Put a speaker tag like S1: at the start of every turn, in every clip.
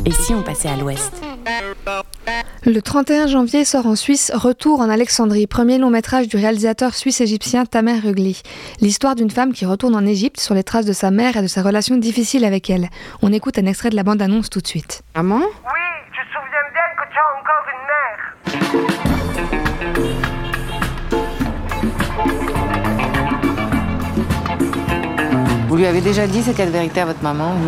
S1: Et si on passait à l'ouest ?
S2: Le 31 janvier sort en Suisse Retour en Alexandrie, premier long métrage du réalisateur suisse-égyptien Tamer Rugli. L'histoire d'une femme qui retourne en Égypte sur les traces de sa mère et de sa relation difficile avec elle. On écoute un extrait de la bande-annonce tout de suite.
S1: Maman ?
S3: Oui, je me souviens bien que tu as encore une mère.
S1: Vous lui avez déjà dit cette vérité à votre maman, vous ?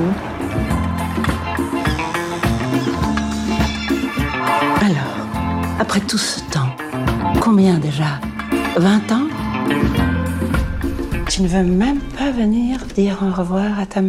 S4: Alors, après tout ce temps, combien déjà ? 20 ans ? Tu ne veux même pas venir dire au revoir à ta mère ?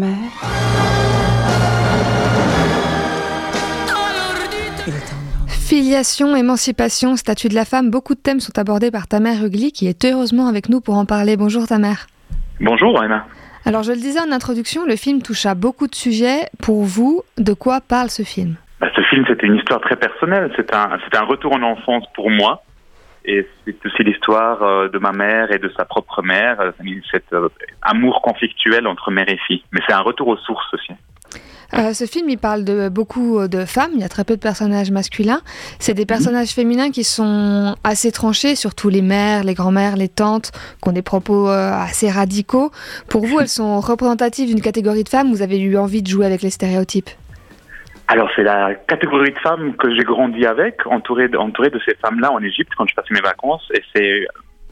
S4: Il est temps.
S2: Filiation, émancipation, statut de la femme, beaucoup de thèmes sont abordés par Tamer Rugli qui est heureusement avec nous pour en parler. Bonjour Tamer.
S5: Bonjour Emma.
S2: Alors je le disais en introduction, le film touche à beaucoup de sujets. Pour vous, de quoi parle ce film ?
S5: Ce film, c'était une histoire très personnelle. C'est un retour en enfance pour moi. Et c'est aussi l'histoire de ma mère et de sa propre mère. Cet amour conflictuel entre mère et fille. Mais c'est un retour aux sources aussi.
S2: Ce film, il parle de beaucoup de femmes. Il y a très peu de personnages masculins. C'est des personnages féminins qui sont assez tranchés, surtout les mères, les grand-mères, les tantes, qui ont des propos assez radicaux. Pour vous, elles sont représentatives d'une catégorie de femmes. Vous avez eu envie de jouer avec les stéréotypes ?
S5: Alors, c'est la catégorie de femmes que j'ai grandi avec, entourée de ces femmes-là en Égypte quand je passais mes vacances. Et c'est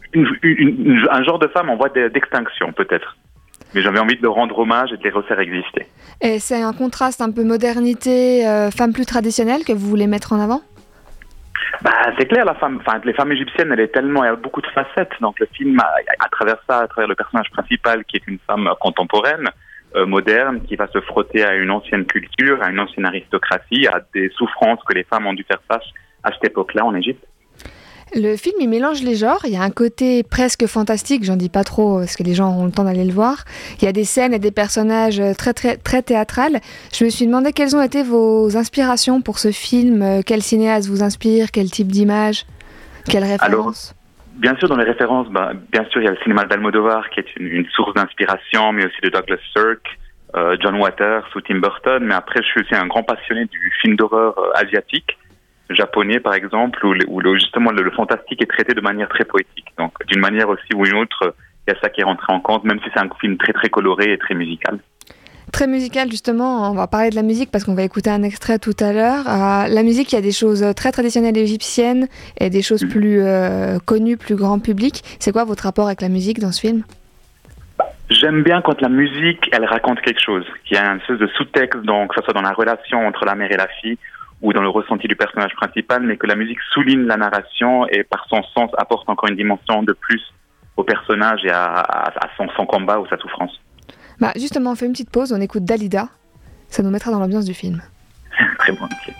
S5: un genre de femme en voie d'extinction, peut-être. Mais j'avais envie de leur rendre hommage et de les refaire exister. Et
S2: c'est un contraste un peu modernité, femme plus traditionnelle que vous voulez mettre en avant ?
S5: C'est clair, les femmes égyptiennes, il y a beaucoup de facettes. Donc le film, à travers le personnage principal qui est une femme contemporaine, moderne, qui va se frotter à une ancienne culture, à une ancienne aristocratie, à des souffrances que les femmes ont dû faire face à cette époque-là en Égypte.
S2: Le film, il mélange les genres. Il y a un côté presque fantastique, j'en dis pas trop parce que les gens auront le temps d'aller le voir. Il y a des scènes et des personnages très, très, très théâtrales. Je me suis demandé quelles ont été vos inspirations pour ce film. Quel cinéaste vous inspire ? Quel type d'image ? Quelle référence ?
S5: Bien sûr, dans les références, bien sûr, il y a le cinéma d'Almodovar qui est une source d'inspiration, mais aussi de Douglas Sirk, John Waters ou Tim Burton. Mais après, je suis aussi un grand passionné du film d'horreur asiatique, japonais par exemple, où justement le fantastique est traité de manière très poétique. Donc, d'une manière aussi ou une autre, il y a ça qui est rentré en compte, même si c'est un film très très coloré et très musical.
S2: Très musical, justement, on va parler de la musique parce qu'on va écouter un extrait tout à l'heure. La musique, il y a des choses très traditionnelles égyptiennes et des choses plus connues, plus grand public. C'est quoi votre rapport avec la musique dans ce film ?
S5: J'aime bien quand la musique, elle raconte quelque chose, qu'il y a un espèce de sous-texte, donc que ce soit dans la relation entre la mère et la fille ou dans le ressenti du personnage principal, mais que la musique souligne la narration et par son sens apporte encore une dimension de plus au personnage et à son combat ou sa souffrance.
S2: Justement, on fait une petite pause, on écoute Dalida. Ça nous mettra dans l'ambiance du film.
S5: Très bon, ok.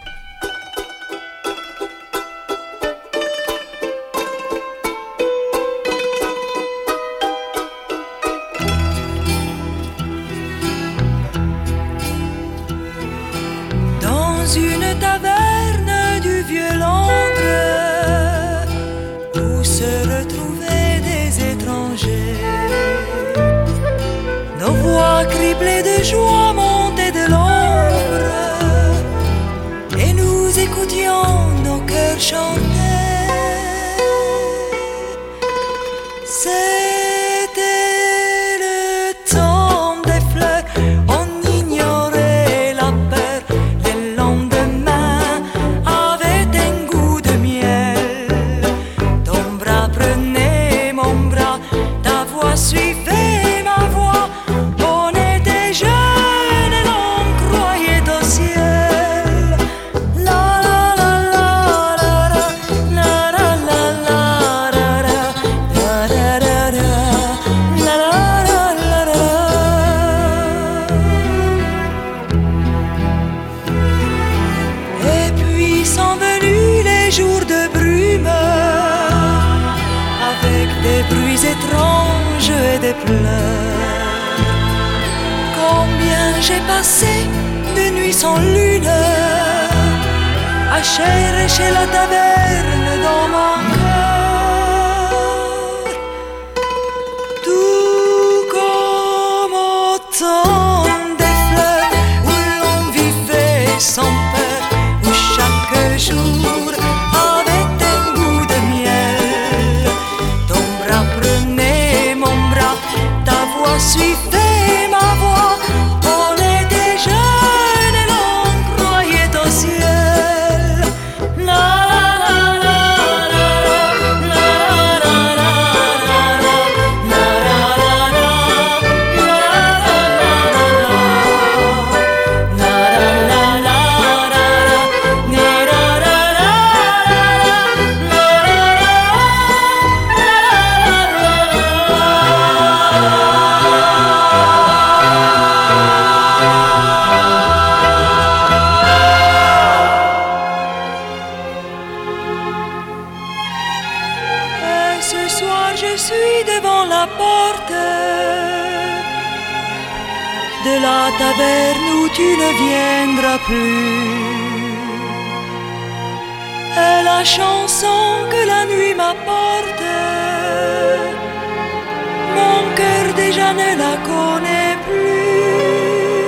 S6: Dans une taverne du vieux Londres où se retrouvaient des étrangers, nos voix criblées de joie montaient de l'ombre et nous écoutions nos cœurs chanter. C'était le temps des fleurs, on ignorait la peur. Les lendemains avaient un goût de miel. Ton bras prenait mon bras, ta voix suivait ma voix. On était jeunes et l'on croyait au ciel. La la la la la la la la la la la la la la. Et puis sont venus les jours de brume, avec des bruits étranges et des pleurs. Combien j'ai passé de nuits sans lune à chercher la taverne dans mon cœur. Tout comme au temps des fleurs où l'on vivait sans la taverne où tu ne viendras plus. Et la chanson que la nuit m'apporte, mon cœur déjà ne la connaît plus.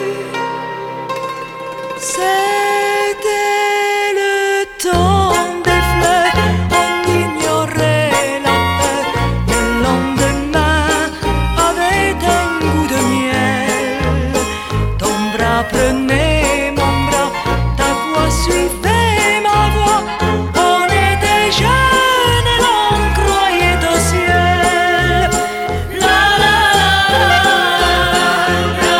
S6: C'était le temps des fleurs, on ignorait la peur. Le lendemain avait un goût de miel. Ton bras prenait mon bras, ta voix suivait ma voix. On était jeunes et l'on croyait au ciel. La la la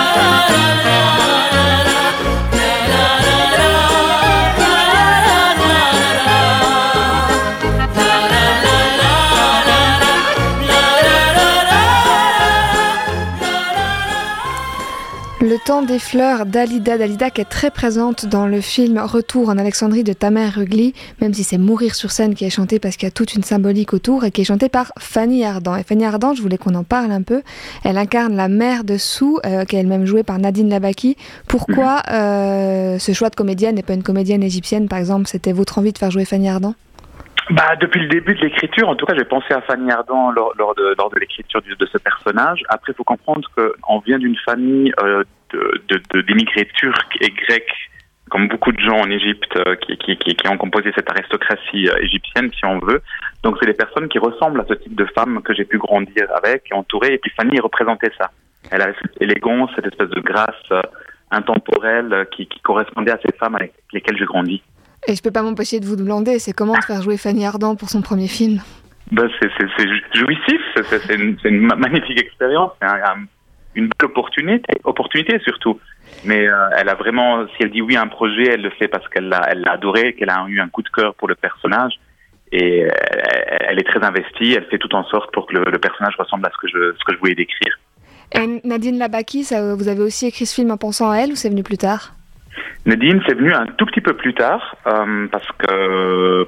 S2: Le temps des fleurs d'Alida qui est très présente dans le film Retour en Alexandrie de Tamer Rugli, même si c'est Mourir sur scène qui est chanté parce qu'il y a toute une symbolique autour et qui est chantée par Fanny Ardant. Et Fanny Ardant, je voulais qu'on en parle un peu. Elle incarne la mère de Sou, qui est elle-même jouée par Nadine Labaki. Pourquoi ce choix de comédienne et pas une comédienne égyptienne, par exemple? C'était votre envie de faire jouer Fanny Ardant?
S5: Depuis le début de l'écriture, en tout cas, j'ai pensé à Fanny Ardant lors de l'écriture de ce personnage. Après, il faut comprendre qu'on vient d'une famille d'émigrés turcs et grecs, comme beaucoup de gens en Égypte qui ont composé cette aristocratie égyptienne, si on veut. Donc, c'est des personnes qui ressemblent à ce type de femmes que j'ai pu grandir avec et entourer. Et puis, Fanny représentait ça. Elle avait cette élégance, cette espèce de grâce intemporelle qui correspondait à ces femmes avec lesquelles j'ai grandi.
S2: Et je peux pas m'empêcher de vous demander, c'est comment de faire jouer Fanny Ardant pour son premier film?
S5: C'est jouissif, c'est une magnifique expérience, c'est une belle opportunité surtout. Mais elle a vraiment, si elle dit oui à un projet, elle le fait parce qu'elle l'a adoré, qu'elle a eu un coup de cœur pour le personnage. Et elle est très investie, elle fait tout en sorte pour que le personnage ressemble à ce que je voulais décrire.
S2: Et Nadine Labaki, vous avez aussi écrit ce film en pensant à elle ou c'est venu plus tard?
S5: Nadine, c'est venu un tout petit peu plus tard, parce que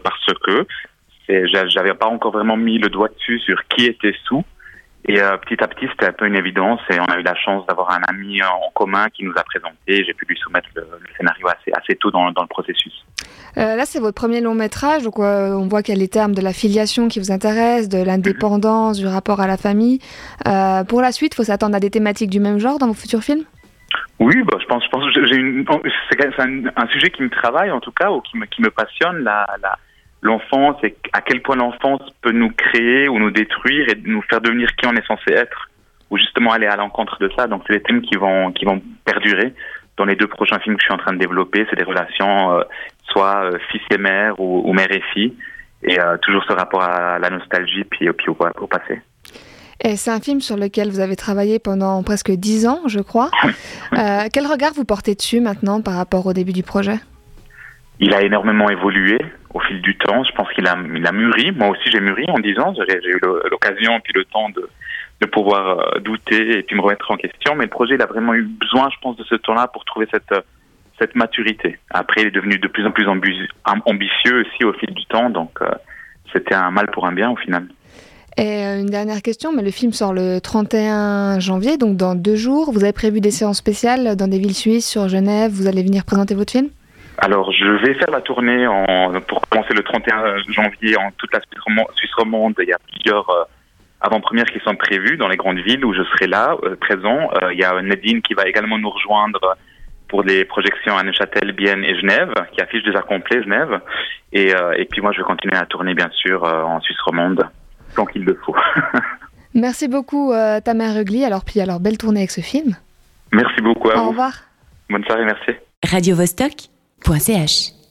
S5: j'avais pas encore vraiment mis le doigt dessus sur qui était Sou. Et petit à petit, c'était un peu une évidence et on a eu la chance d'avoir un ami en commun qui nous a présenté. J'ai pu lui soumettre le scénario assez tôt dans le processus.
S2: Là, c'est votre premier long métrage, donc on voit qu'il y a les termes de la filiation qui vous intéressent, de l'indépendance, du rapport à la famille. Pour la suite, il faut s'attendre à des thématiques du même genre dans vos futurs films?
S5: Oui, je pense que c'est un sujet qui me travaille en tout cas, ou qui me passionne, l'enfance et à quel point l'enfance peut nous créer ou nous détruire et nous faire devenir qui on est censé être, ou justement aller à l'encontre de ça. Donc c'est des thèmes qui vont perdurer dans les 2 prochains films que je suis en train de développer. C'est des relations soit fils et mère ou mère et fille, et toujours ce rapport à la nostalgie puis au passé.
S2: Et c'est un film sur lequel vous avez travaillé pendant presque 10 ans, je crois. Quel regard vous portez dessus maintenant par rapport au début du projet?
S5: Il a énormément évolué au fil du temps. Je pense qu'il a mûri. Moi aussi, j'ai mûri en 10 ans. J'ai eu l'occasion et puis le temps de pouvoir douter et puis me remettre en question. Mais le projet, il a vraiment eu besoin, je pense, de ce temps-là pour trouver cette maturité. Après, il est devenu de plus en plus ambitieux aussi au fil du temps. Donc, c'était un mal pour un bien au final.
S2: Et une dernière question, mais le film sort le 31 janvier, donc dans 2 jours. Vous avez prévu des séances spéciales dans des villes suisses, sur Genève? Vous allez venir présenter votre film?
S5: Alors, je vais faire la tournée pour commencer le 31 janvier en toute la Suisse romande. Il y a plusieurs avant-premières qui sont prévues dans les grandes villes où je serai là, présent. Il y a Nadine qui va également nous rejoindre pour les projections à Neuchâtel, Bienne et Genève, qui affiche déjà complet Genève. Et puis moi, je vais continuer à tourner, bien sûr, en Suisse romande, tant qu'il le faut.
S2: Merci beaucoup, Tamer Rugli. Alors, belle tournée avec ce film.
S5: Merci beaucoup à vous.
S2: Au revoir.
S5: Bonne soirée, merci.
S7: radiovostok.ch